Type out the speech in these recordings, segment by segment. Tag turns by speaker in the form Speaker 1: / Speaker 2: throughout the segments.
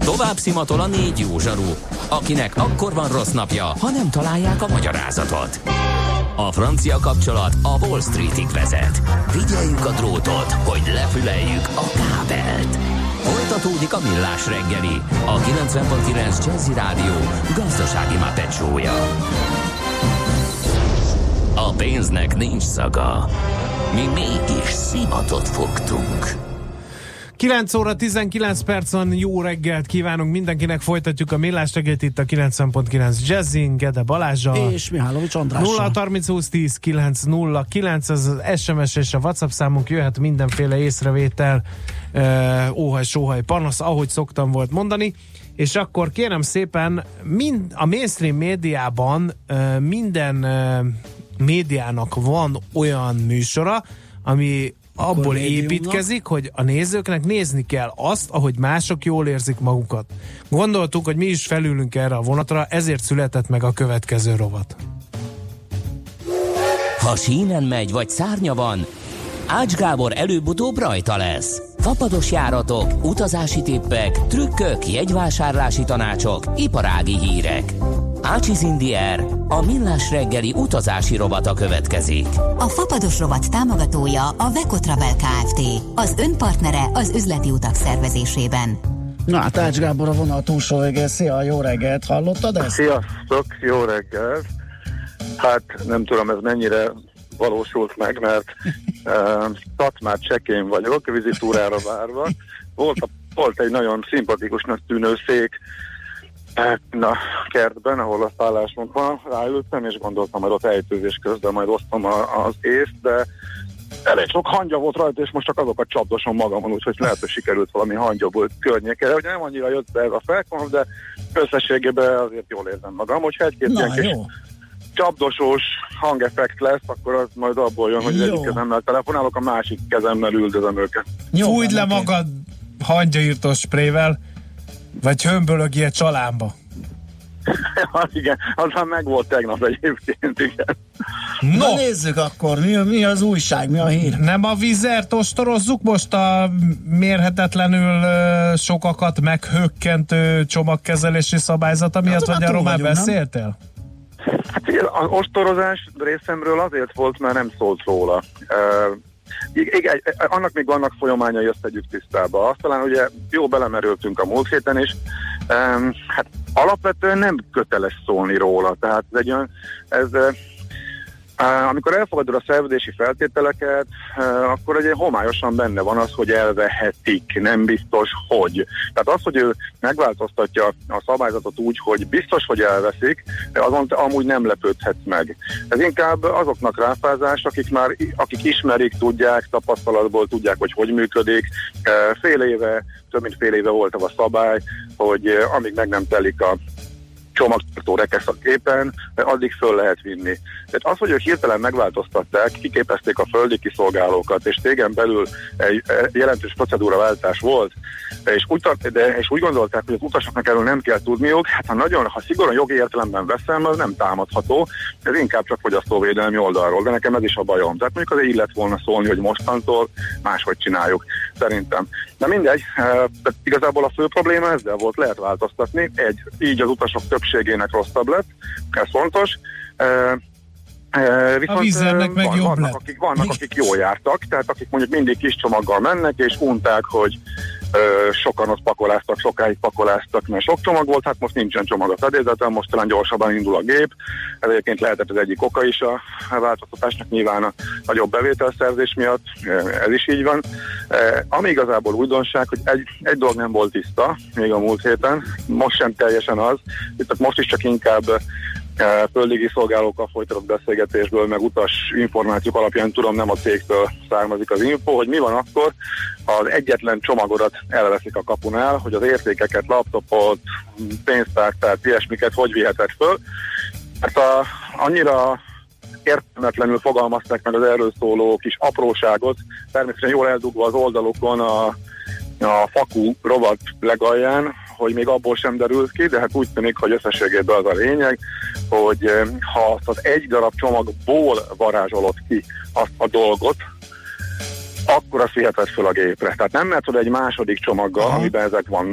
Speaker 1: Tovább szimatol a 4 jó zsaru, akinek akkor van rossz napja, ha nem találják a magyarázatot. A francia kapcsolat a Wall Streetig vezet. Figyeljük a drótot, hogy lefüleljük a kábelt. Folytatódik a Millás reggeli, a 90.9 Jazzy Rádió gazdasági mápecsója. A pénznek nincs szaga. Mi mégis szimatot fogtunk.
Speaker 2: 9 óra 19 percen jó reggelt kívánunk mindenkinek, folytatjuk a Millás reggelt itt a 90.9 Jazzin, Gede Balázsral
Speaker 3: és Mihálovics Andrással.
Speaker 2: 0 30 20 10 909, ez az SMS és a WhatsApp számunk, jöhet mindenféle észrevétel, óhaj, sóhaj, panasz, ahogy szoktam volt mondani, és akkor kérem szépen, a mainstream médiában minden médiának van olyan műsora, ami abból építkezik, hogy a nézőknek nézni kell azt, ahogy mások jól érzik magukat. Gondoltuk, hogy mi is felülünk erre a vonatra, ezért született meg a következő rovat.
Speaker 1: Ha sínen megy, vagy szárnya van, Ács Gábor előbb-utóbb rajta lesz. Fapados járatok, utazási tippek, trükkök, jegyvásárlási tanácsok, iparági hírek. Ácsiz Indiér, a Millás reggeli utazási rovata következik.
Speaker 4: A Fapados rovat támogatója a Veco Travel Kft. Az önpartnere az üzleti utak szervezésében.
Speaker 3: Na hát Ács Gábor a vonal túlsó végén. Szia, jó reggelt, hallottad ezt?
Speaker 5: Sziasztok, jó reggelt. Hát nem tudom, ez mennyire valósult meg, mert Tatmár csekén vagyok, vizitúrára várva. Volt egy nagyon szimpatikusnak tűnő szék a kertben, ahol a szállásunk van, ráültem, és gondoltam, hogy ott ejtőzés közben majd osztom az észt, de elég sok hangya volt rajta, és most csak azokat csapdosom magamon, úgyhogy lehet, hogy sikerült valami hangyaból környékre. Ugye nem annyira jött be ez a felkonf, de összességében azért jól érzem magam, hogyha egy-két ilyen kis csapdosós hangeffekt lesz, akkor az majd abból jön, hogy az egyik kezemmel telefonálok, a másik kezemmel üldözöm őket.
Speaker 2: Fújd le magad hangyaírtós sprével, vagy hömbölög ilyen csalámba.
Speaker 5: Igen, aztán meg volt tegnap egyébként, igen.
Speaker 3: No, nézzük akkor, mi az újság, mi a hír?
Speaker 2: Nem a vizert ostorozzuk most a mérhetetlenül sokakat meghökkentő csomagkezelési szabályzata miatt, vagy arról már beszéltél?
Speaker 5: Hát az ostorozás részemről azért volt, mert nem szólt róla. Igen, annak még vannak folyamányai, azt tegyük tisztába. Azt talán ugye jó belemerültünk a múlt héten is, hát alapvetően nem köteles szólni róla, tehát amikor elfogadod a szerződési feltételeket, akkor ugye homályosan benne van az, hogy elvehetik, nem biztos, hogy. Tehát az, hogy ő megváltoztatja a szabályzatot úgy, hogy biztos, hogy elveszik, azon amúgy nem lepődhetsz meg. Ez inkább azoknak ráfázás, akik ismerik, tudják, tapasztalatból tudják, hogy működik. Több mint fél éve volt a szabály, hogy amíg meg nem telik a csomagtartó rekesz a képen, addig föl lehet vinni. Tehát az, hogy ők hirtelen megváltoztatták, kiképezték a földi kiszolgálókat, és tégen belül egy jelentős procedúraváltás volt, és úgy gondolták, hogy az utasoknak erről nem kell tudniuk, hát ha szigorúan jogi értelemben veszem, az nem támadható, ez inkább csak fogyasztóvédelmi oldalról, de nekem ez is a bajom. Tehát mondjuk azért illet volna szólni, hogy mostantól máshogy csináljuk, szerintem. De mindegy, igazából a fő probléma ezzel volt, lehet változtatni, így az utasok többségének rosszabb lett, ez fontos.
Speaker 2: Viszont
Speaker 5: vannak, akik jól jártak, tehát akik mondjuk mindig kis csomaggal mennek, és unták, hogy sokan ott pakoláztak, sokáig pakoláztak, mert sok csomag volt, hát most nincsen csomag a fedélzeten, most talán gyorsabban indul a gép. Ez egyébként lehetett az egyik oka is a változtatásnak, nyilván a nagyobb bevételszerzés miatt, ez is így van. Ami igazából újdonság, hogy egy dolog nem volt tiszta, még a múlt héten, most sem teljesen az, itt most is csak inkább földi szolgálókkal folytatott beszélgetésből, meg utas információk alapján tudom, nem a cégtől származik az info, hogy mi van akkor, ha az egyetlen csomagodat elveszik a kapunál, hogy az értékeket, laptopot, pénztárcát, ilyesmiket hogy viheted föl. Hát annyira értelmetlenül fogalmazták meg az erről szóló kis apróságot, természetesen jól eldugva az oldalukon a fakú rovat legalján, hogy még abból sem derült ki, de hát úgy tűnik, hogy összességében az a lényeg, hogy ha az egy darab csomagból varázsolod ki azt a dolgot, akkor azt viheted föl a gépre. Tehát nem mehetod egy második csomaggal, amiben ezek vannak,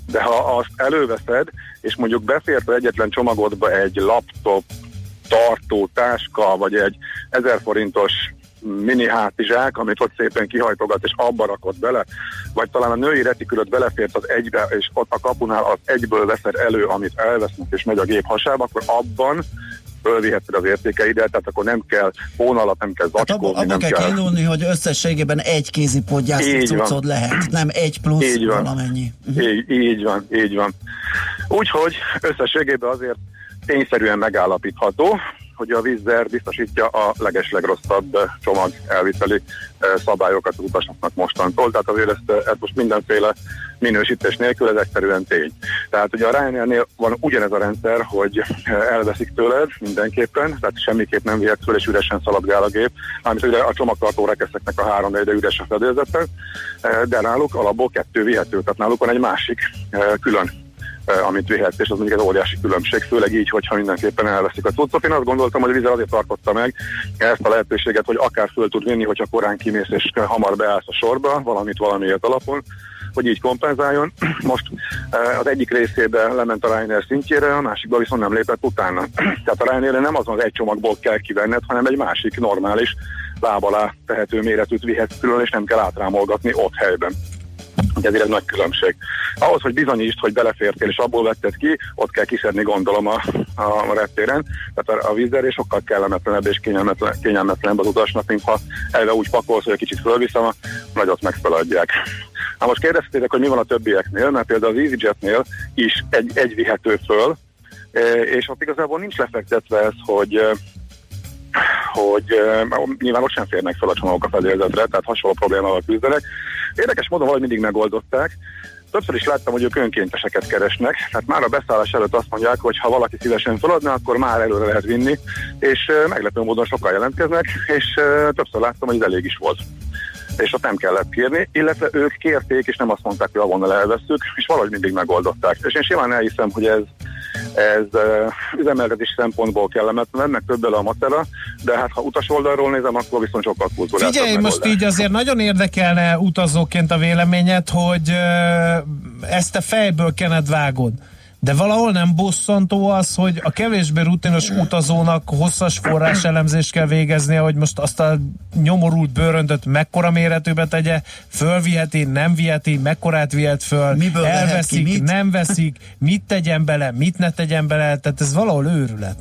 Speaker 5: De ha azt előveszed, és mondjuk befért az egyetlen csomagodba egy laptop, tartó, táska, vagy egy 1000 forintos mini hátizsák, amit ott szépen kihajtogat, és abba rakod bele, vagy talán a női retikülöt belefért az egybe, és ott a kapunál az egyből veszed elő, amit elvesznek, és megy a gép hasába, akkor abban fölviheted az értékeidet, tehát akkor nem kell hónalat, nem kell zacskózni,
Speaker 3: hát
Speaker 5: nem kell...
Speaker 3: kiindulni, hogy összességében egy kézipodgyászló cuccod lehet, nem egy plusz valamennyi.
Speaker 5: Így van. Úgyhogy összességében azért tényszerűen megállapítható, hogy a Wizz Air biztosítja a legeslegrosszabb csomag elviteli szabályokat az utasoknak mostantól, tehát azért ezt most mindenféle minősítés nélkül, ez egyszerűen tény. Tehát ugye a Ryanairnél van ugyanez a rendszer, hogy elveszik tőled mindenképpen, tehát semmiképp nem vihet föl, és üresen szaladgál a gép, mármint ugye a csomagtartó rekeszeknek a 3 de üres a fedélzete, de náluk alapból 2 vihető, tehát náluk van egy másik külön, amit vihetsz, és az mondjuk egy óriási különbség, főleg így, hogyha mindenképpen elveszik a cuccot. Én azt gondoltam, hogy a Wizz Air azért tartotta meg ezt a lehetőséget, hogy akár föl tud vinni, hogyha korán kimész és hamar beállsz a sorba, valamiért alapon, hogy így kompenzáljon. Most az egyik részében lement a Ryanair szintjére, a másikban viszont nem lépett utána. Tehát a Ryanair nem azon az egy csomagból kell kivenned, hanem egy másik normális láb alá tehető méretűt vihetsz külön, és nem kell átrámolgatni ott helyben. Ezért ez nagy különbség. Ahhoz, hogy bizonyítsd, hogy belefértél és abból vetted ki, ott kell kiszedni, gondolom, a reptéren. Tehát a Wizz Air sokkal kellemetlenebb és kényelmetlenebb az utasnak, mintha elve úgy pakolsz, hogy egy kicsit fölviszem, a nagyot megfeladják. Na most kérdeztétek, hogy mi van a többieknél, mert például az EasyJetnél is egy vihető föl, és ott igazából nincs lefektetve ez, hogy nyilván ott sem férnek fel a csomagok a fedélzetre, tehát hasonló problémával küzdenek. Érdekes módon valahogy mindig megoldották. Többször is láttam, hogy ők önkénteseket keresnek, tehát már a beszállás előtt azt mondják, hogy ha valaki szívesen feladna, akkor már előre lehet vinni, és meglepő módon sokan jelentkeznek, és többször láttam, hogy ez elég is volt. És ott nem kellett kérni, illetve ők kérték, és nem azt mondták, hogy avonnal elvesszük, és valahogy mindig megoldották. És én simán elhiszem, hogy ez üzemeltetés szempontból kellemetlen, meg többel a matera, de hát ha utas oldalról nézem, akkor viszont sokkal kultúrásabb.
Speaker 2: Figyelj, most így azért nagyon érdekelne utazóként a véleményed, hogy ezt te fejből kened vágod. De valahol nem bosszantó az, hogy a kevésbé rutinos utazónak hosszas forráselemzést kell végeznie, hogy most azt a nyomorult bőröndöt mekkora méretűbe tegye, fölviheti, nem viheti, mekkorát vihet föl,
Speaker 3: miből
Speaker 2: elveszik,
Speaker 3: ki,
Speaker 2: nem veszik, mit tegyen bele, mit ne tegyen bele, tehát ez valahol őrület.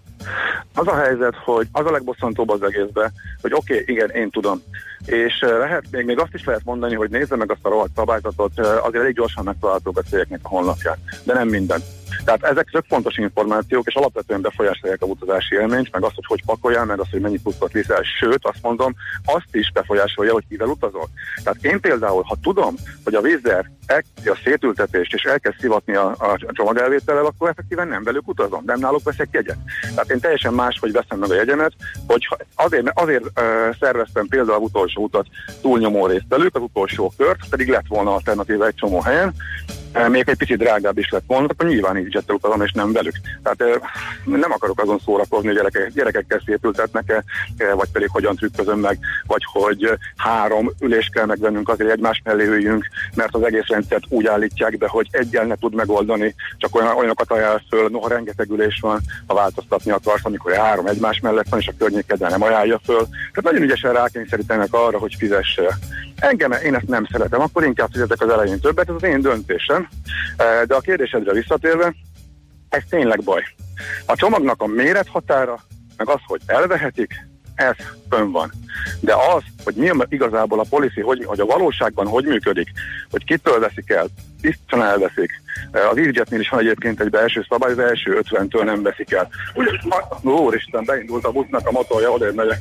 Speaker 5: Az a helyzet, hogy az a legbosszantóbb az egészben, hogy oké, igen, én tudom. És lehet, még azt is lehet mondani, hogy nézze meg azt a rohadt szabályzatot, azért elég gyorsan megtaláltuk a cégeknek a honlapját, de nem minden. Tehát ezek tök fontos információk, és alapvetően befolyásolják a utazási élményt, meg azt, hogy pakoljál, meg azt, hogy mennyi pluszot viszel. Sőt, azt mondom, azt is befolyásolja, hogy kivel utazol. Tehát én például, ha tudom, hogy a Wizz Air elkezdi a szétültetést, és elkezd szivatni a csomagelvétellel, akkor effektíven nem velük utazom, nem náluk veszek jegyet. Tehát én teljesen máshogy veszem meg a jegyemet, hogy azért szerveztem például az utolsó utat túlnyomó részt velük, az utolsó kört, pedig lett volna alternatíva egy csomó helyen, még egy picit drágább is lett volna, akkor nyilván így jettel utazom, és nem velük. Tehát nem akarok azon szórakozni, hogy gyerekekkel szépültetnek-e, vagy pedig hogyan trükközöm meg, vagy hogy 3 ülést kell megvennünk, azért egymás mellé üljünk, mert az egész rendszert úgy állítják be, hogy egyel ne tud megoldani, csak olyanokat ajánl föl, noha rengeteg ülés van, ha változtatni akarsz, amikor 3 egymás mellett van, és a környékedben nem ajánlja föl. Tehát nagyon ügyesen rákényszerítenek arra, hogy fizesse. Engem, én ezt nem szeretem, akkor inkább fizetek az elején többet, ez az én döntésem. De a kérdésedre visszatérve, ez tényleg baj. A csomagnak a mérethatára, meg az, hogy elvehetik, ez fönn van. De az, hogy mi igazából a policy, hogy a valóságban hogy működik, hogy kitől veszik el, biztosan elveszik. Az EasyJetnél is van egyébként egy belső szabály, az első 50-től nem veszik el. Úristen, beindult a busznak a motorja, odébb megyek.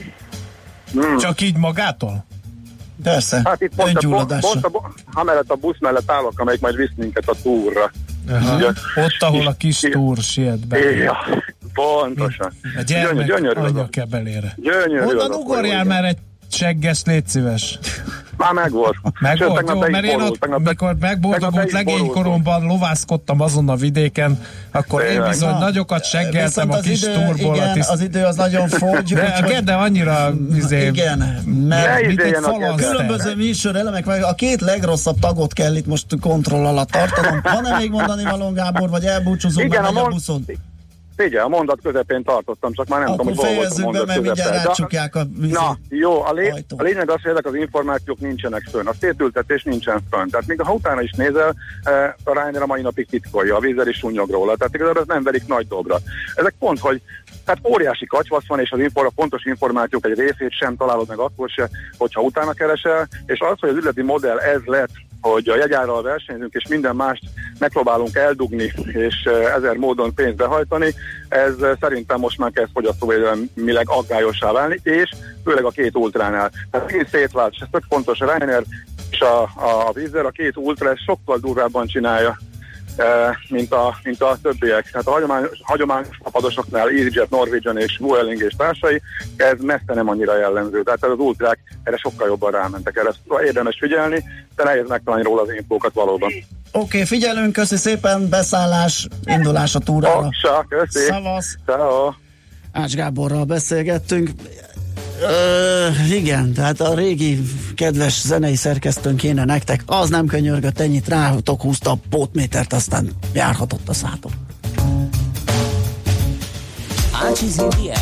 Speaker 2: Csak így magától?
Speaker 3: Persze,
Speaker 5: hát itt amellett a busz mellett állok, amelyik majd visz minket a túrra.
Speaker 2: Ugye, ott, ahol a kis túr siet be.
Speaker 5: Ja, pontosan.
Speaker 2: A gyermek anyja kebelére.
Speaker 5: Gyönyörű.
Speaker 2: Onnan ugorjál már egy segges, légy szíves.
Speaker 5: Már megvolt.
Speaker 2: Megvolt, jó, mert én ott, mikor megboldogult legény koromban lovászkodtam azon a vidéken, akkor én bizony nagyokat seggeltem a kis túrból.
Speaker 3: Igen, az idő az nagyon fogy.
Speaker 2: De annyira
Speaker 3: igen, mert különböző műsorelemek, a két legrosszabb tagot kell itt most kontroll alatt tartanom. Van-e még mondani való, Gábor, vagy elbúcsúzunk már a buszon?
Speaker 5: Figyelj, a mondat közepén tartottam, csak már nem tudom, hogy hol volt a mondat
Speaker 3: közepén. Mindjárt rácsukják a
Speaker 5: Na, jó, a lényeg az, hogy ezek az információk nincsenek fönn. A szétültetés nincsen fönn. Tehát még ha utána is nézel, a Ryanair a mai napig titkolja, a vízzel is sunnyog róla. Tehát igazából ez nem verik nagy dolgra. Ezek pont, hogy tehát óriási katyvasz van, és a pontos információk egy részét sem találod meg akkor se, hogyha utána keresel, és az, hogy az üzleti modell ez lett, hogy a jegyárral versenyzünk, és minden mást megpróbálunk eldugni, és ezer módon pénzt behajtani, ez szerintem most már kezd fogyasztóvédelmileg aggályossá válni, és főleg a két ultránál. Tehát így szétvált, és ez tök fontos, a Ryanair és a Wizz Air, a két ultra sokkal durvábban csinálja, mint a többiek. Tehát a hagyományos napadosoknál EasyJet, Norwegian és Vueling és társai, ez messze nem annyira jellemző. Tehát az ultrák erre sokkal jobban rámentek. Erre érdemes figyelni, de nehéz megtalálni róla az infókat valóban.
Speaker 3: Oké, figyelünk, köszi szépen, beszállás, indulás a túrára.
Speaker 5: Köszi.
Speaker 3: Szavasz.
Speaker 5: Ciao.
Speaker 3: Ács Gáborral beszélgettünk. Igen, tehát a régi kedves zenei szerkesztőnk kéne nektek, az nem könyörgött, ennyit rátok húzta a pótmétert, aztán járhatott a szátok.
Speaker 1: Ácsiz India.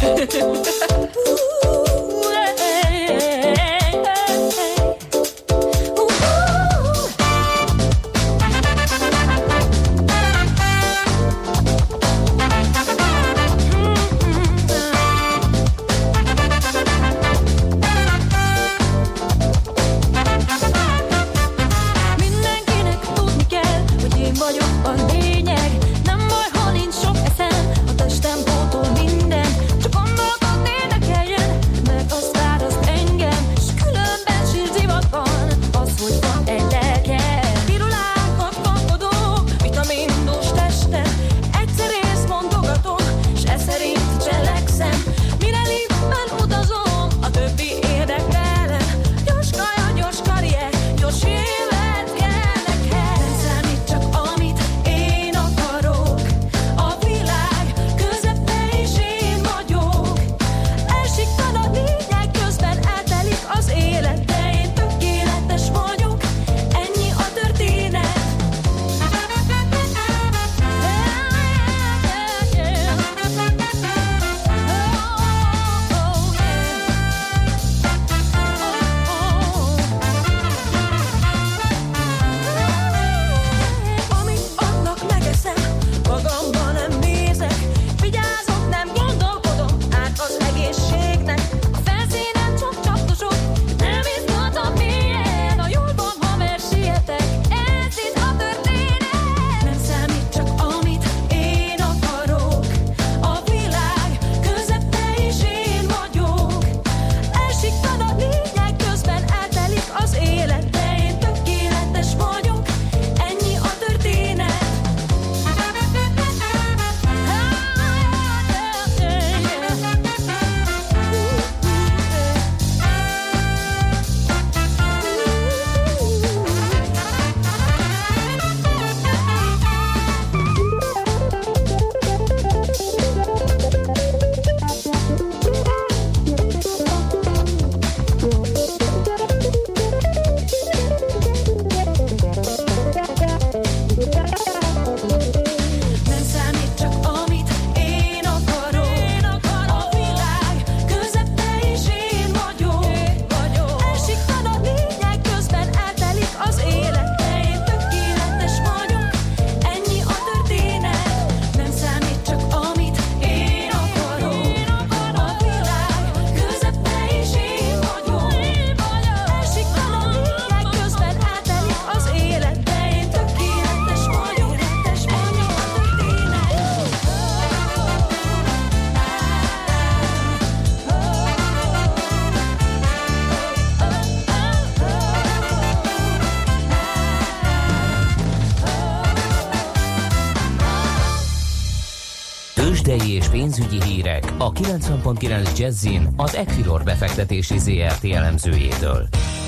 Speaker 1: Tőzsdei és pénzügyi hírek a 90.9 Jazzin az Equilor befektetési ZRT elemzőjétől.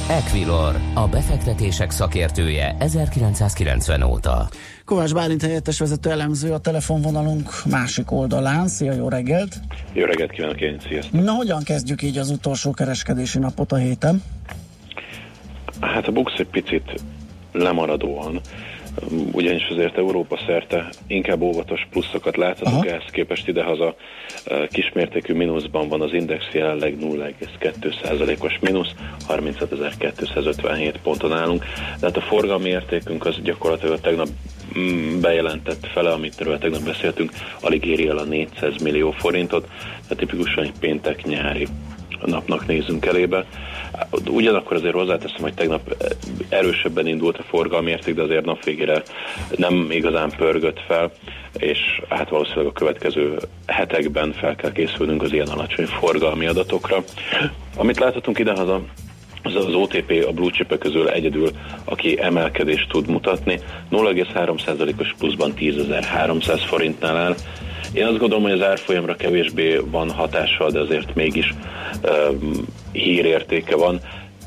Speaker 1: Equilor, a befektetések szakértője 1990 óta.
Speaker 3: Kovács Bálint helyettes vezető elemző a telefonvonalunk másik oldalán. Szia, jó reggelt!
Speaker 6: Jó reggelt kívánok én, sziasztok!
Speaker 3: Na, hogyan kezdjük így az utolsó kereskedési napot a héten?
Speaker 6: Hát a BUX egy picit lemaradóan, ugyanis azért Európa szerte inkább óvatos pluszokat láthatunk, ehhez képest idehaza kismértékű mínuszban van az index, jelenleg 0,2%-os mínusz, 35.257 ponton állunk, de hát a forgalmi értékünk az gyakorlatilag tegnap bejelentett fele, amitről tegnap beszéltünk, alig éri el a 400 millió forintot, tehát tipikusan egy péntek nyári napnak nézünk elébe. Ugyanakkor azért hozzáteszem, hogy tegnap erősebben indult a forgalmi érték, de azért nap végére nem igazán pörgött fel, és hát valószínűleg a következő hetekben fel kell készülnünk az ilyen alacsony forgalmi adatokra. Amit láthatunk idehaza, az OTP a blue chipek közül egyedül, aki emelkedést tud mutatni, 0,3%-os pluszban 10.300 forintnál áll. Én azt gondolom, hogy az árfolyamra kevésbé van hatással, de azért mégis hírértéke van.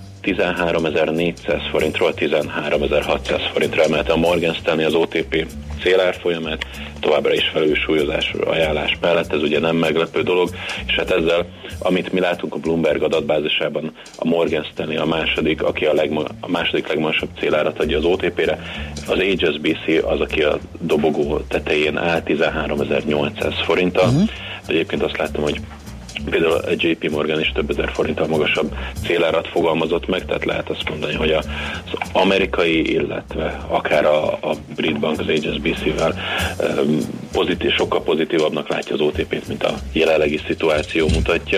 Speaker 6: 13.400 forintról 13.600 forintra emelte a Morgan Stanley az OTP célárfolyamát, továbbra is felülsúlyozás ajánlás mellett, ez ugye nem meglepő dolog, és hát ezzel, amit mi látunk a Bloomberg adatbázisában, a Morgan Stanley a második, aki a második legmagasabb célárat adja az OTP-re, az HSBC az, aki a dobogó tetején áll 13.800 forinttal. Egyébként azt láttam, hogy például a JP Morgan is több ezer forinttal magasabb célárat fogalmazott meg, tehát lehet azt mondani, hogy az amerikai, illetve akár a brit bank az HSBC-vel sokkal pozitívabbnak látja az OTP-t, mint a jelenlegi szituáció mutatja.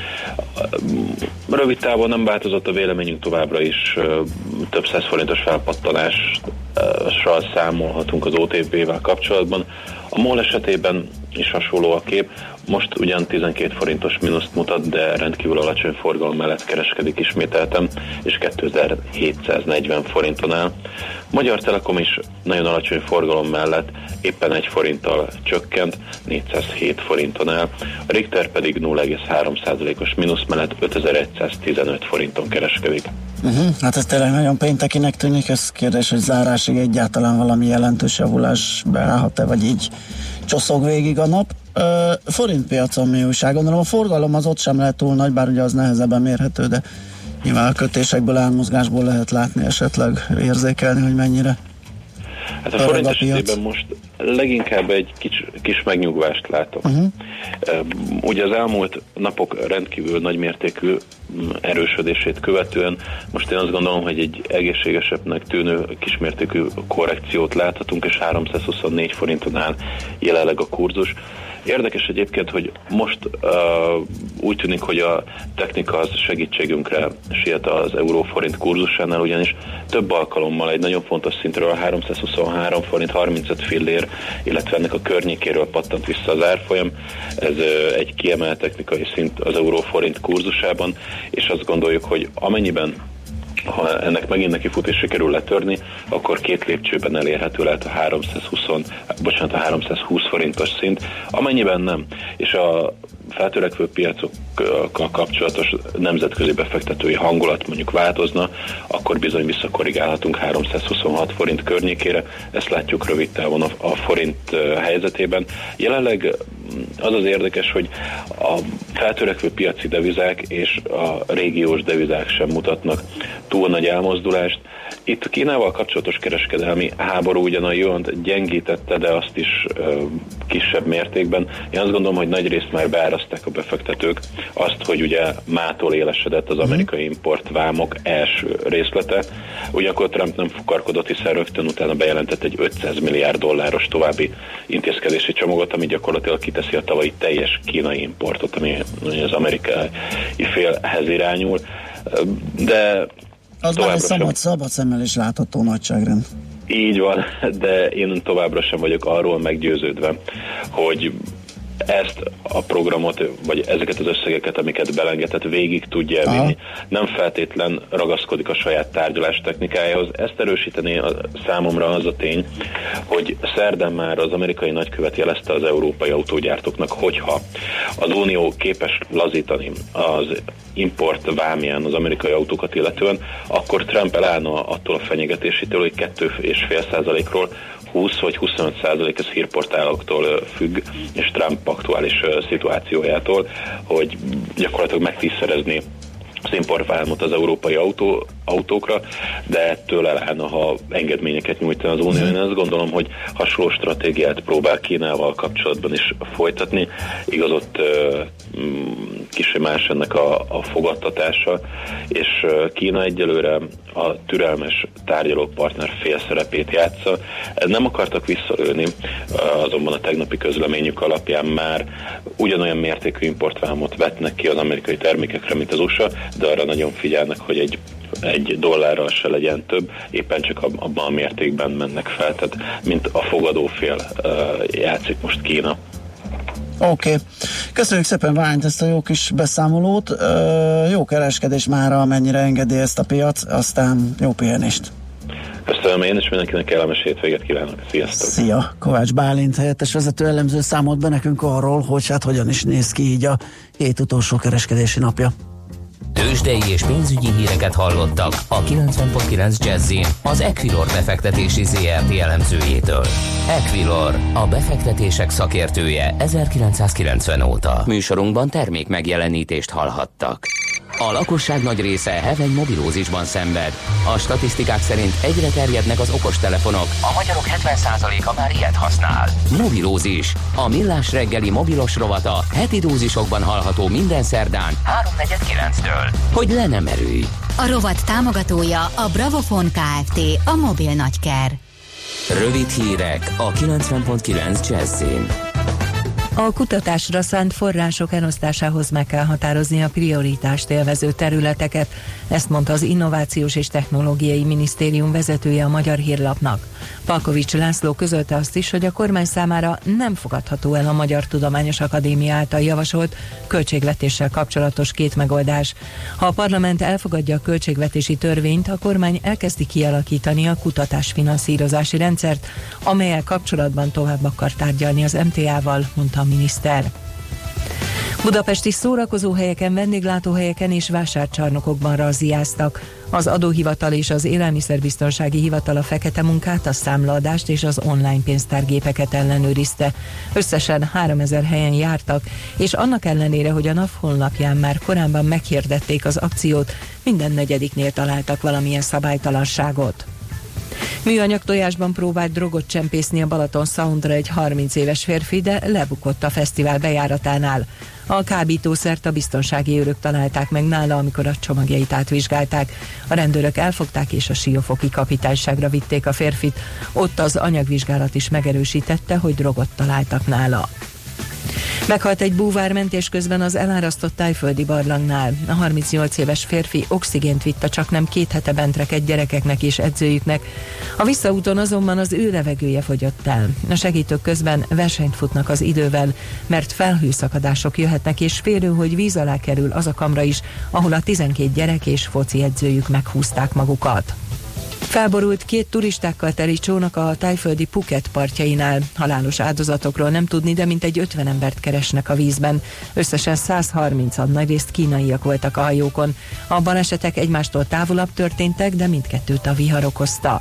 Speaker 6: Rövid távon nem változott a véleményünk, továbbra is több száz forintos felpattanással számolhatunk az OTP-vel kapcsolatban. A MOL esetében is hasonló a kép. Most ugyan 12 forintos mínuszt mutat, de rendkívül alacsony forgalom mellett kereskedik ismételten, és 2740 forinton áll. Magyar Telekom is nagyon alacsony forgalom mellett éppen 1 forinttal csökkent, 407 forinton áll. A Richter pedig 0,3%-os mínusz mellett 5115 forinton kereskedik.
Speaker 3: Hát ez tényleg nagyon péntekinek tűnik, ez kérdés, hogy zárásig egyáltalán valami jelentős javulás beállhat-e, vagy így csoszog végig a nap. Forintpiacon mi újság? Gondolom a forgalom az ott sem lehet túl nagy, bár ugye az nehezebben mérhető, de nyilván a kötésekből, elmozgásból lehet látni, esetleg érzékelni, hogy mennyire.
Speaker 6: Hát a forint esetében most leginkább egy kis megnyugvást látok. Ugye az elmúlt napok rendkívül nagymértékű erősödését követően most én azt gondolom, hogy egy egészségesebbnek tűnő kismértékű korrekciót láthatunk, és 324 forinton áll jelenleg a kurzus. Érdekes egyébként, hogy most úgy tűnik, hogy a technika az segítségünkre siet az euró-forint kurzusánál, ugyanis több alkalommal egy nagyon fontos szintről, a 323 forint 35 fillér, illetve ennek a környékéről pattant vissza az árfolyam. Ez egy kiemelt technikai szint az euró-forint kurzusában, és azt gondoljuk, hogy amennyiben ha ennek megint neki fut és sikerül letörni, akkor 2 lépcsőben elérhető lehet a 320 forintos szint, amennyiben nem. És a feltörekvő piacokkal kapcsolatos nemzetközi befektetői hangulat mondjuk változna, akkor bizony visszakorrigálhatunk 326 forint környékére. Ezt látjuk rövid távon a forint helyzetében. Jelenleg az az érdekes, hogy a feltörekvő piaci devizák és a régiós devizák sem mutatnak túl nagy elmozdulást. Itt a Kínával kapcsolatos kereskedelmi háború ugyan a yuant gyengítette, de azt is kisebb mértékben. Én azt gondolom, hogy nagyrészt már beáraszták a befektetők azt, hogy ugye mától élesedett az amerikai importvámok első részlete. Ugyanakkor Trump nem fukarkodott, hiszen rögtön utána bejelentett egy 500 milliárd dolláros további intézkedési csomagot, ami gyakorlatilag kiteszi a tavalyi teljes kínai importot, ami az amerikai félhez irányul. De
Speaker 3: az már egy szabad szemmel is látható nagyságrend.
Speaker 6: Így van, de én továbbra sem vagyok arról meggyőződve, hogy ezt a programot, vagy ezeket az összegeket, amiket belengedett, végig tudja elvinni. Nem feltétlen ragaszkodik a saját tárgyalás technikájához. Ezt erősíteni számomra az a tény, hogy szerdán már az amerikai nagykövet jelezte az európai autógyártóknak, hogyha az Unió képes lazítani az import vámján az amerikai autókat illetően, akkor Trump elállna attól a fenyegetésétől, hogy 2,5%-ról 20 vagy 25% ez hírportáloktól függ, és Trump aktuális szituációjától, hogy gyakorlatilag megtízszerezni az importvámot az európai autókra, de ettől elállna, ha engedményeket nyújtana az Unió. Én azt gondolom, hogy hasonló stratégiát próbál Kínával kapcsolatban is folytatni. Igaz, ott kicsit más ennek a fogadtatása, és Kína egyelőre a türelmes tárgyalópartner félszerepét játsza. Nem akartak visszalőni, azonban a tegnapi közleményük alapján már ugyanolyan mértékű importvámot vetnek ki az amerikai termékekre, mint az USA, de arra nagyon figyelnek, hogy egy dollárral se legyen több, éppen csak abban a mértékben mennek fel, tehát mint a fogadófél játszik most Kína.
Speaker 3: Oké. Köszönjük szépen, Bányt, ezt a jó kis beszámolót. Jó kereskedés mára, amennyire engedi ezt a piac, aztán jó pihenést.
Speaker 6: Köszönöm én, és mindenkinek kellemes hétvégét kívánok. Sziasztok!
Speaker 3: Szia! Kovács Bálint helyettes vezető elemző számolt be nekünk arról, hogy hát hogyan is néz ki így a hét utolsó kereskedési napja.
Speaker 1: Tőzsdei és pénzügyi híreket hallottak a 90.9 Jazzin az Equilor befektetési ZRT elemzőjétől. Equilor, a befektetések szakértője 1990 óta. Műsorunkban termék megjelenítést hallhattak. A lakosság nagy része heveny mobilózisban szenved. A statisztikák szerint egyre terjednek az okostelefonok. A magyarok 70%-a már ilyet használ. Mobilózis. A Millás reggeli mobilos rovata heti dózisokban hallható minden szerdán 3:49-től. Hogy le nem erőj.
Speaker 4: A rovat támogatója a Bravofon Kft. A mobil nagyker.
Speaker 1: Rövid hírek a 90.9 Jazzin.
Speaker 7: A kutatásra szánt források elosztásához meg kell határozni a prioritást élvező területeket, ezt mondta az Innovációs és Technológiai Minisztérium vezetője a Magyar Hírlapnak. Palkovics László közölte azt is, hogy a kormány számára nem fogadható el a Magyar Tudományos Akadémia által javasolt költségvetéssel kapcsolatos két megoldás. Ha a parlament elfogadja a költségvetési törvényt, a kormány elkezdi kialakítani a kutatásfinanszírozási rendszert, amellyel kapcsolatban tovább akar tárgyalni az MTA-val, mondta a miniszter. Budapesti szórakozóhelyeken, vendéglátóhelyeken és vásárcsarnokokban razziáztak. Az adóhivatal és az élelmiszerbiztonsági hivatal a fekete munkát, a számlaadást és az online pénztárgépeket ellenőrizte. Összesen 3000 helyen jártak, és annak ellenére, hogy a NAV honlapján már korábban meghirdették az akciót, minden negyediknél találtak valamilyen szabálytalanságot. Műanyag tojásban próbált drogot csempészni a Balaton Soundra egy 30 éves férfi, de lebukott a fesztivál bejáratánál. A kábítószert a biztonsági őrök találták meg nála, amikor a csomagjait átvizsgálták. A rendőrök elfogták és a Siófoki kapitányságra vitték a férfit. Ott az anyagvizsgálat is megerősítette, hogy drogot találtak nála. Meghalt egy búvár mentés közben az elárasztott Tájföldi barlangnál. A 38 éves férfi oxigént vitt a csaknem 2 hete bent rekedt gyerekeknek és edzőjüknek. A visszaúton azonban az ő levegője fogyott el. A segítők közben versenyt futnak az idővel, mert felhőszakadások jöhetnek, és félő, hogy víz alá kerül az a kamra is, ahol a 12 gyerek és foci edzőjük meghúzták magukat. Felborult 2 turistákkal teli csónak a tájföldi Phuket partjainál. Halálos áldozatokról nem tudni, de mintegy 50 embert keresnek a vízben. Összesen 130-an, nagyrészt kínaiak voltak a hajókon. A balesetek egymástól távolabb történtek, de mindkettőt a vihar okozta.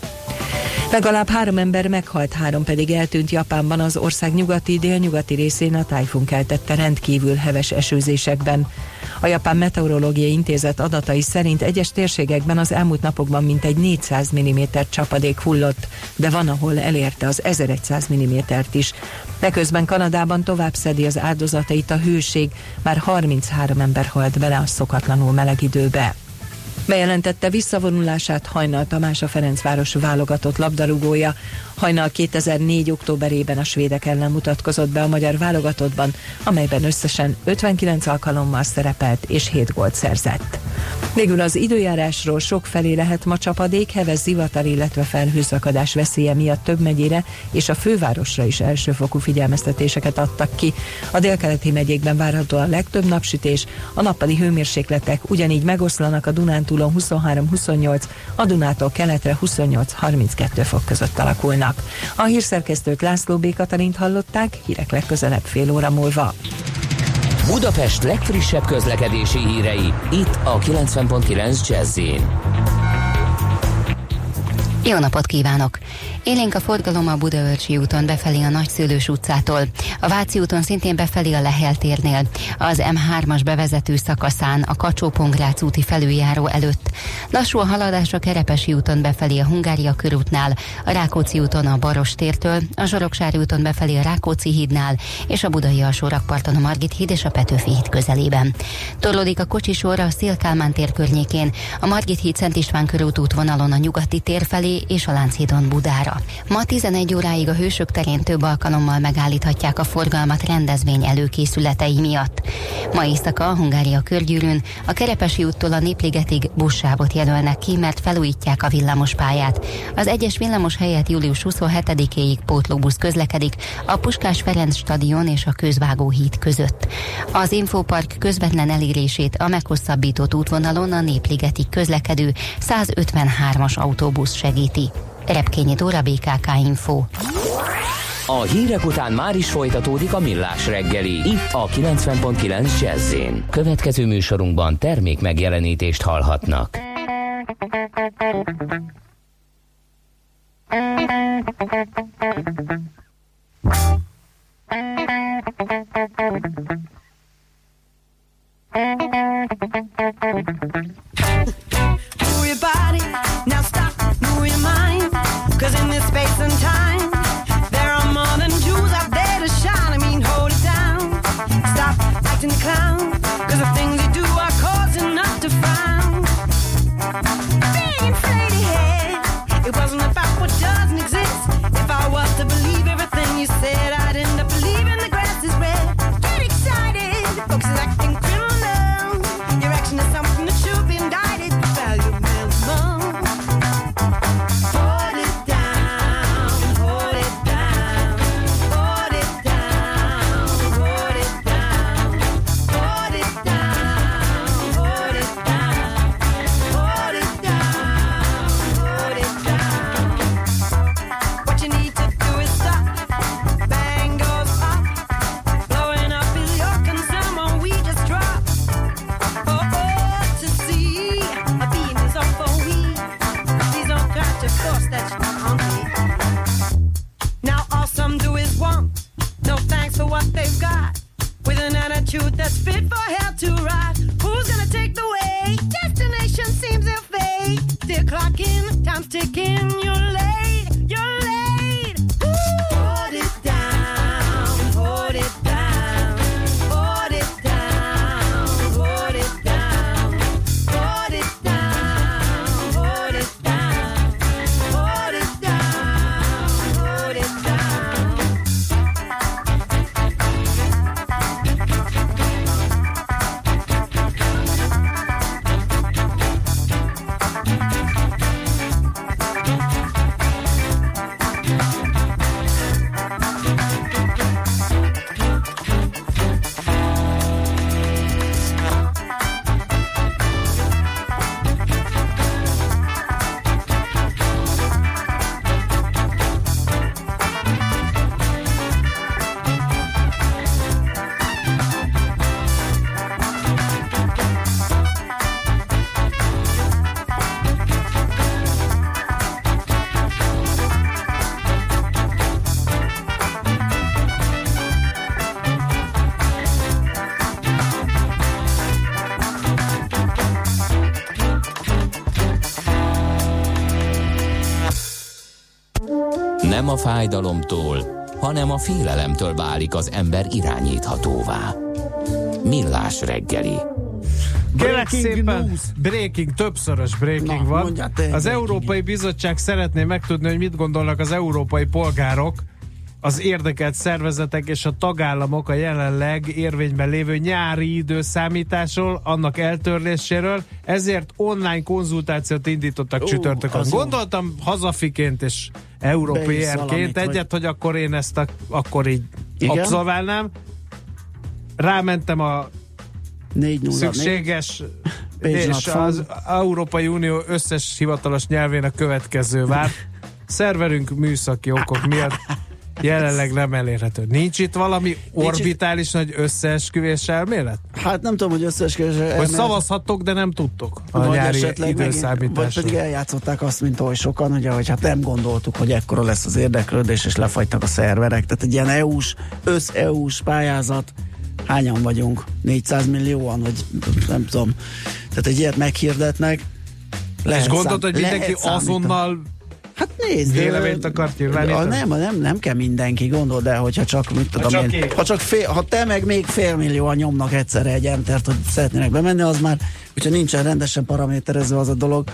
Speaker 7: Legalább 3 ember meghalt, 3 pedig eltűnt Japánban az ország nyugati-délnyugati részén a tájfun keltette rendkívül heves esőzésekben. A Japán Meteorológiai Intézet adatai szerint egyes térségekben az elmúlt napokban mintegy 400 mm csapadék hullott, de van, ahol elérte az 1100 mm-t is. De közben Kanadában tovább szedi az áldozatait a hőség, már 33 ember halt bele a szokatlanul meleg időbe. Bejelentette visszavonulását Hajnal Tamás, a Ferencváros válogatott labdarúgója. Hajnal 2004. októberében a svédek ellen mutatkozott be a magyar válogatottban, amelyben összesen 59 alkalommal szerepelt és 7 gólt szerzett. Végül az időjárásról sokfelé lehet ma csapadék, heves zivatar, illetve felhőszakadás veszélye miatt több megyére és a fővárosra is elsőfokú figyelmeztetéseket adtak ki. A délkeleti megyékben várható a legtöbb napsütés, a nappali hőmérsékletek ugyanígy megoszlanak, a Dunántúlon 23-28, a Dunától keletre 28-32 fok között alakulnak. A hírszerkesztőt, László B. Katalint hallották, hírek legközelebb fél óra múlva.
Speaker 1: Budapest legfrissebb közlekedési hírei, itt a 90.9 Jazz-in.
Speaker 8: Jó napot kívánok! Élénk a forgalom a Budaörsi úton befelé a Nagyszőlős utcától, a Váci úton szintén befelé a Lehel térnél, az M3-as bevezető szakaszán a Kacsó-Pongrác úti felüljáró előtt. Lassú a haladás a Kerepesi úton befelé a Hungária körútnál, a Rákóczi úton a Baros tértől, a Zsoroksári úton befelé a Rákóczi hídnál és a Budai alsórakparton a Margit híd és a Petőfi híd közelében. Torlódik a kocsisor a Széll-Kálmán tér környékén, a Margit híd Szent István körút útvonalon a Nyugati tér felé és a Lánchídon Budára. Ma 11 óráig a Hősök terén több alkalommal megállíthatják a forgalmat rendezvény előkészületei miatt. Ma éjszaka a Hungária körgyűrűn a Kerepesi úttól a Népligetig buszsávot jelölnek ki, mert felújítják a villamospályát. Az egyes villamos helyett július 27-éig pótlóbusz közlekedik a Puskás Ferenc stadion és a Közvágó híd között. Az Infopark közvetlen elérését a meghosszabbított útvonalon a Népligetig közlekedő 153-as autóbusz segíti. Repkényi Dóra, BKK Info.
Speaker 1: A hírek után már is folytatódik a Millás reggeli, itt a 90.9 Jazz-in. Következő műsorunkban termék megjelenítést hallhatnak.
Speaker 9: Move your body, now stop, move your mind. 'Cause in this space and time, there are more than Jews out there to shine. I mean, hold it down, stop acting the clown. 'Cause the things you do are causing us to frown. Being inflated head, it wasn't about what doesn't exist. If I was to believe everything you said, I'd end up believing the grass is red. Get excited, folks is acting criminal. Your action is something that should be indicted. Value minimum. Hold it down, hold it down, hold it down, hold it down, hold it down, hold it down, hold it down, hold it down. What you need to do is stop. Bang goes up. Blowing up is your concern when we just drop. To see a being is all for we. Please don't try to force that shit on me. Now all some do is want. No thanks for what they've got. With an attitude that's fit for hell to ride. Who's gonna take the way? Destination seems their fate. They're clocking, time's ticking. You're late, you're late. Hold it down, hold it down, hold it down, hold it down, hold it down, hold it down, hold it down, hold it down.
Speaker 1: Nem a fájdalomtól, hanem a félelemtől válik az ember irányíthatóvá. Millás reggeli.
Speaker 2: Kérlek szépen, breaking, többszörös breaking van. Az Európai Bizottság szeretné megtudni, hogy mit gondolnak az európai polgárok, az érdekelt szervezetek és a tagállamok a jelenleg érvényben lévő nyári időszámításról, annak eltörléséről, ezért online konzultációt indítottak csütörtökön. Gondoltam hazafiként és európérként egyet, hogy akkor én ezt akkor így abszolválnám. Rámentem a 404. Szükséges és az Európai Unió összes hivatalos nyelvén a következő vár. Szerverünk műszaki okok miatt jelenleg nem elérhető. Nincs itt valami orbitális nagy összeesküvés elmélet?
Speaker 3: Hát nem tudom, hogy összeesküvés elmélet.
Speaker 2: Hogy szavazhattok, de nem tudtok a nyári időszámításra.
Speaker 3: Vagy pedig eljátszották azt, mint oly sokan, ugye, hogy hát nem gondoltuk, hogy ekkora lesz az érdeklődés, és lefagytak a szerverek. Tehát egy ilyen össz-EU-s pályázat, hányan vagyunk? 400 millióan, vagy nem tudom. Tehát egy ilyet meghirdetnek.
Speaker 2: És gondolod, hogy mindenki azonnal
Speaker 3: hát nézd,
Speaker 2: véleményt akart nyilvánítani?
Speaker 3: Nem kell mindenki, gondold, de hogyha csak, mit tudom én, ha te meg még félmillióan nyomnak egyszerre egy entert, hogy szeretnének bemenni, az már, hogyha nincsen rendesen paraméterezve az a dolog,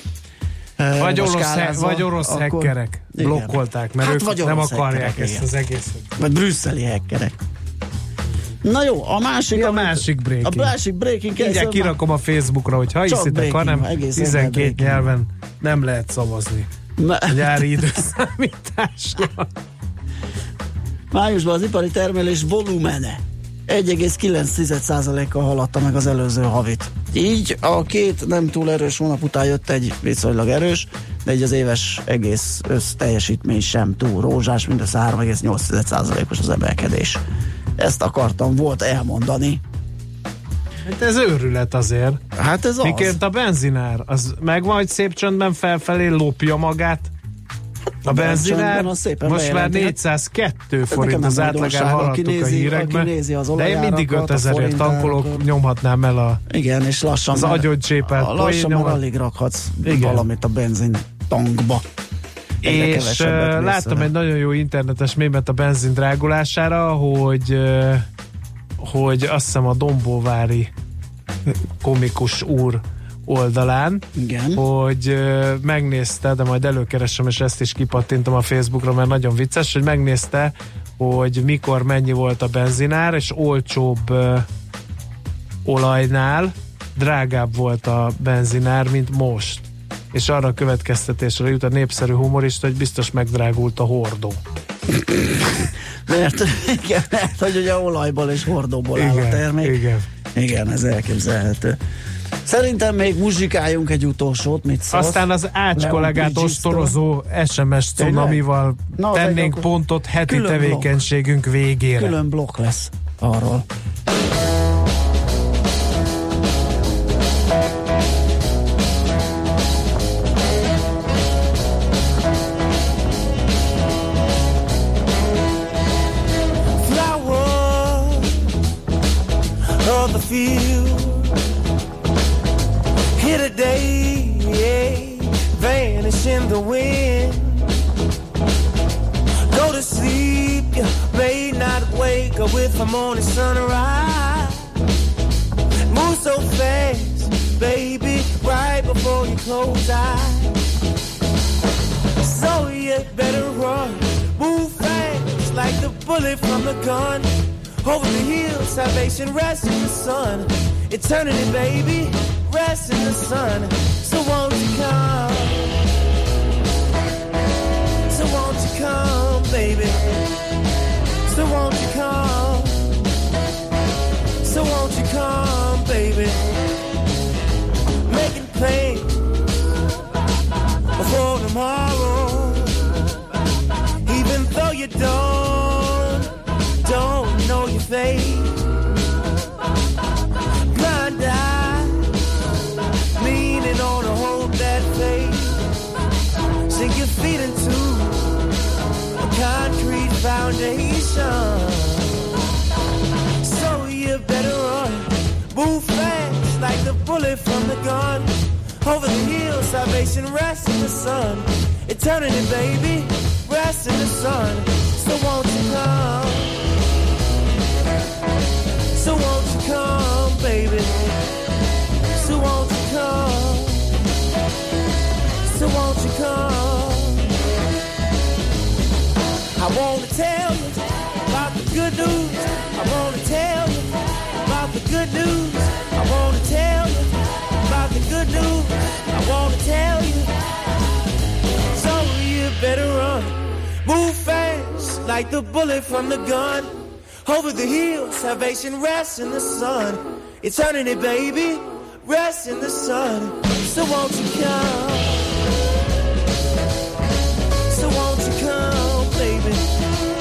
Speaker 2: vagy orosz hackerek blokkolták, mert hát ők nem akarják ezt az egészet.
Speaker 3: Vagy brüsszeli hackerek. Na jó, a másik breaking. A másik breaking.
Speaker 2: Mindjárt kirakom a Facebookra, hogy ha hiszitek, hanem 12 nyelven nem lehet szavazni. A nyári időszámításra.
Speaker 3: Májusban az ipari termelés volumene 1,9%-kal haladta meg az előző havit. Így a két nem túl erős hónap után jött egy viszonylag erős, de így az éves egész összteljesítmény sem túl rózsás, mindössze 3,8%-os az emelkedés. Ezt akartam volt elmondani.
Speaker 2: Hát ez őrület azért.
Speaker 3: Hát ez
Speaker 2: miként a benzinár? Az megvan, hogy szép csöndben felfelé lopja magát? A benzinár most már 402 forint az átlagán, hallottuk a hírekben. De én mindig 5000-ért tankolok, nyomhatnám el
Speaker 3: igen, és lassan
Speaker 2: az agyoncsépelt
Speaker 3: lassan már alig rakhatsz valamit a benzin tankba.
Speaker 2: És láttam egy nagyon jó internetes mémet a benzin drágulására, hogy azt hiszem a Dombóvári komikus úr oldalán,
Speaker 3: igen,
Speaker 2: hogy megnézte, de majd előkeresem, és ezt is kipattintom a Facebookra, mert nagyon vicces, hogy megnézte, hogy mikor mennyi volt a benzinár, és olcsóbb olajnál drágább volt a benzinár, mint most. És arra a következtetésre jut a népszerű humorista, hogy biztos megdrágult a hordó.
Speaker 3: mert hogy ugye olajból és hordóból áll a termék. Igen, ez elképzelhető. Szerintem még muzsikáljunk egy utolsót, mit szólsz?
Speaker 2: Aztán az Ács kollégát ostorozó SMS cunamival tennénk pontot heti tevékenységünk végére.
Speaker 3: Külön blokk lesz arról.
Speaker 10: Of the field here today, vanish in the wind. Go to sleep, you may not wake up with the morning sunrise. Move so fast, baby, right before you close eyes. So you better run, move fast like the bullet from the gun. Over the hills, salvation rests in the sun. Eternity, baby, rests in the sun. So won't you come? So won't you come, baby? So won't you come? So won't you come, baby? Making plans before tomorrow. Even though you don't know your fate. Blind eye, leaning on a hold that faith. Sink your feet into a concrete foundation. So you better run, move fast like the bullet from the gun. Over the hills, salvation rests in the sun. Eternity, baby, rests in the sun. So won't you come? So won't you come, baby? So won't you come? So won't you come? I wanna tell you about the good news. I wanna tell you about the good news. I wanna tell you about the good news. I wanna tell you. So you better run, move fast like the bullet from the gun. Over the hills, salvation rests in the sun. Eternity, baby, rests in the sun. So won't you come? So won't you come, baby?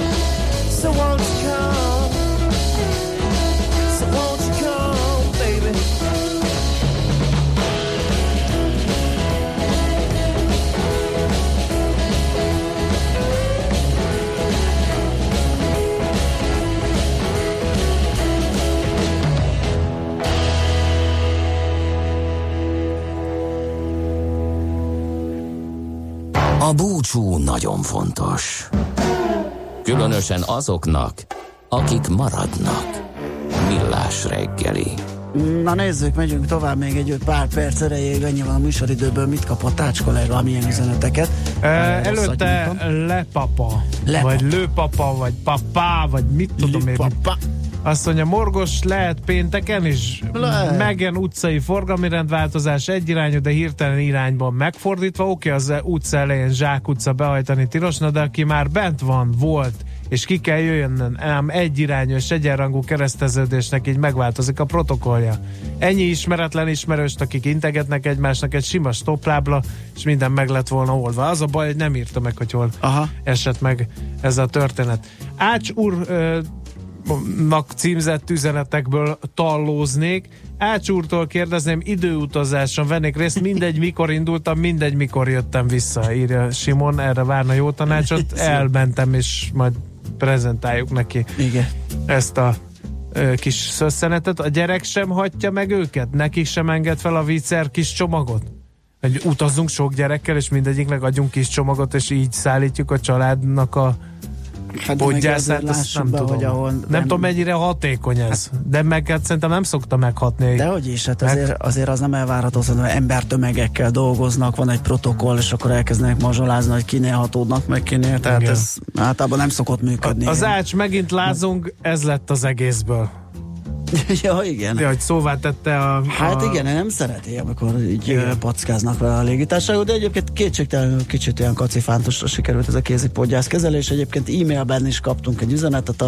Speaker 1: búcsú nagyon fontos. Különösen azoknak, akik maradnak. Millás reggeli.
Speaker 3: Na nézzük, megyünk tovább még egy pár perc erejéig, ennyi van a műsoridőből. Mit kapott Ács kollega, milyen üzeneteket?
Speaker 2: Előtte lepapa, vagy lőpapa, vagy papá, vagy mit tudom én. Azt mondja, morgos lehet pénteken is, Megen utcai forgalmi rendváltozás egyirányú, de hirtelen irányban megfordítva. Oké, az utca elején Zsák utca behajtani tilosna, de aki már bent volt, és ki kell jöjjön, ám egyirányú és egyenrangú kereszteződésnek így megváltozik a protokollja. Ennyi ismeretlen ismerőst, akik integetnek egymásnak, egy sima stoplábla, és minden meg lett volna oldva. Az a baj, hogy nem írta meg, hogy hol esett meg ez a történet. Ács úrnak címzett üzenetekből tallóznék. Ács úrtól kérdezném, időutazáson vennék részt, mindegy mikor indultam, mindegy mikor jöttem vissza, írja Simon, erre várna jó tanácsot. Elmentem, és majd prezentáljuk neki ezt a kis szösszenetet. A gyerek sem hagyja meg őket? Nekik sem enged fel a viccer kis csomagot? Hogy utazzunk sok gyerekkel, és mindegyiknek adjunk kis csomagot, és így szállítjuk a családnak a podgyászát, azt nem tudom. Hogy nem tudom, mennyire hatékony ez. De meg hát szerintem nem szokta meghatni.
Speaker 3: Dehogy is, hát azért az nem elvárható, hogy embertömegekkel dolgoznak, van egy protokoll, és akkor elkezdenek mazsolázni, hogy kinél hatódnak, meg kinél, tehát ez általában nem szokott működni.
Speaker 2: Az Ács megint lázong, ez lett az egészből.
Speaker 3: Ja, igen.
Speaker 2: Ja, hogy szóvá tette
Speaker 3: Hát igen, nem szereti, amikor így packáznak vele a légitársaságot, de egyébként kétségtelenül kicsit olyan kacifántosra sikerült ez a kézipodgyász kezelés. Egyébként e-mailben is kaptunk egy üzenetet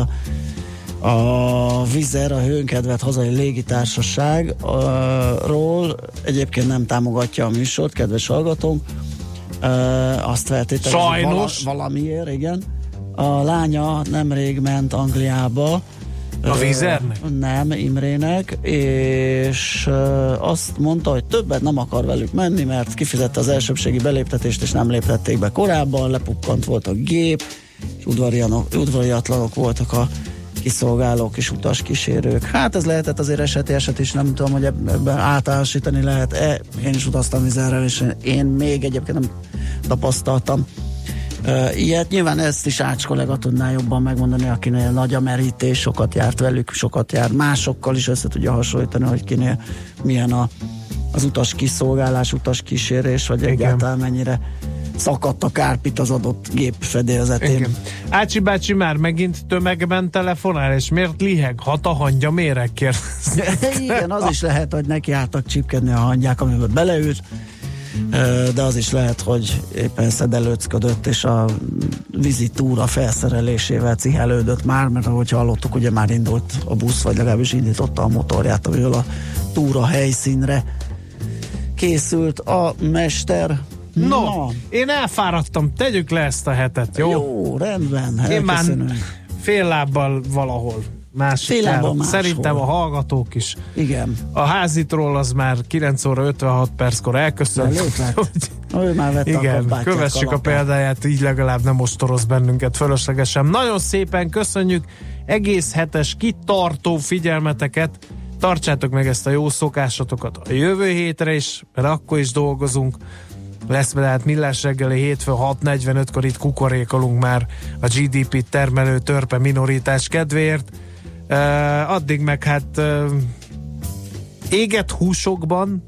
Speaker 3: a Vizer, a Hőnkedvelt hazai légitársaságról. Egyébként nem támogatja a műsort, kedves hallgatónk. Azt feltételezik valamiért, igen. A lánya nemrég ment Angliába,
Speaker 2: a Vizernek?
Speaker 3: Nem, Imrének, és azt mondta, hogy többet nem akar velük menni, mert kifizette az elsőbségi beléptetést, és nem léptették be korábban, lepukkant volt a gép, és udvariatlanok voltak a kiszolgálók és utaskísérők. Hát ez lehetett azért eset is, nem tudom, hogy ebben általánosítani lehet-e. Én is utaztam Vizerrel, és én még egyébként nem tapasztaltam ilyet. Nyilván ezt is Ács kollega tudná jobban megmondani, akinél nagy a merítés, sokat járt velük, sokat jár másokkal is, össze tudja hasonlítani, hogy kinél milyen az utas kiszolgálás, utas kísérés, vagy egyáltalán mennyire szakadt a kárpit az adott gép fedélzetén. Igen.
Speaker 2: Ácsi bácsi már megint tömegben telefonál, és miért liheg? Hat a hangya méreg, kérdez.
Speaker 3: Igen, az is lehet, hogy neki álltak csipkedni a hangyák, amiből beleült, de az is lehet, hogy éppen szedelőcködött, és a vízi túra felszerelésével cihelődött már, mert ahogy hallottuk, ugye már indult a busz, vagy legalábbis indította a motorját, amivel a túra helyszínre készült a mester.
Speaker 2: No, én elfáradtam, tegyük le ezt a hetet, jó?
Speaker 3: Jó, rendben.
Speaker 2: Én már fél lábbal valahol. Szerintem a hallgatók is.
Speaker 3: Igen.
Speaker 2: A házitról az már 9 óra 56 perckor elköszönt.
Speaker 3: Ő már vette
Speaker 2: igen, kövessük a példáját, így legalább nem ostoroz bennünket fölöslegesen. Nagyon szépen köszönjük egész hetes kitartó figyelmeteket. Tartsátok meg ezt a jó szokásotokat a jövő hétre is, mert akkor is dolgozunk. Lesz, mert hát Millás reggeli hétfő 6:45-kor itt kukorékolunk már a GDP termelő törpe minoritás kedvéért. Addig meg hát égett húsokban,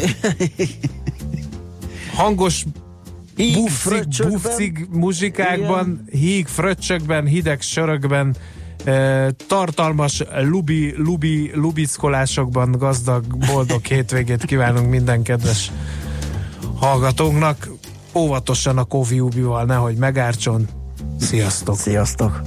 Speaker 2: hangos bufcig muzsikákban, híg fröccsökben, hideg sörökben, tartalmas lubickolásokban gazdag, boldog hétvégét kívánunk minden kedves hallgatónknak. Óvatosan a Kofi-Ubival, nehogy megártson. Sziasztok!
Speaker 3: Sziasztok!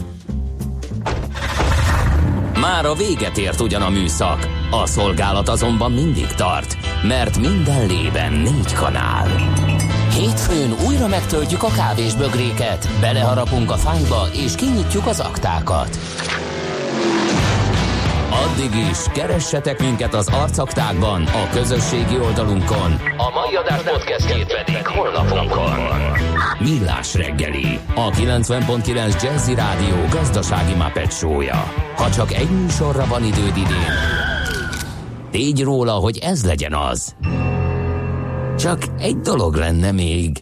Speaker 1: Már a véget ért ugyan a műszak, a szolgálat azonban mindig tart, mert minden lében 4 kanál. Hétfőn újra megtöltjük a kávésbögréket, beleharapunk a fányba és kinyitjuk az aktákat. Addig is keressetek minket az arcaktákban, a közösségi oldalunkon, a mai adás podcastjét pedig honlapunkon. Millás reggeli, a 90.9 Jazzy Rádió gazdasági Muppet show-ja. Ha csak egy műsorra van időd idén, tégy róla, hogy ez legyen az. Csak egy dolog lenne még.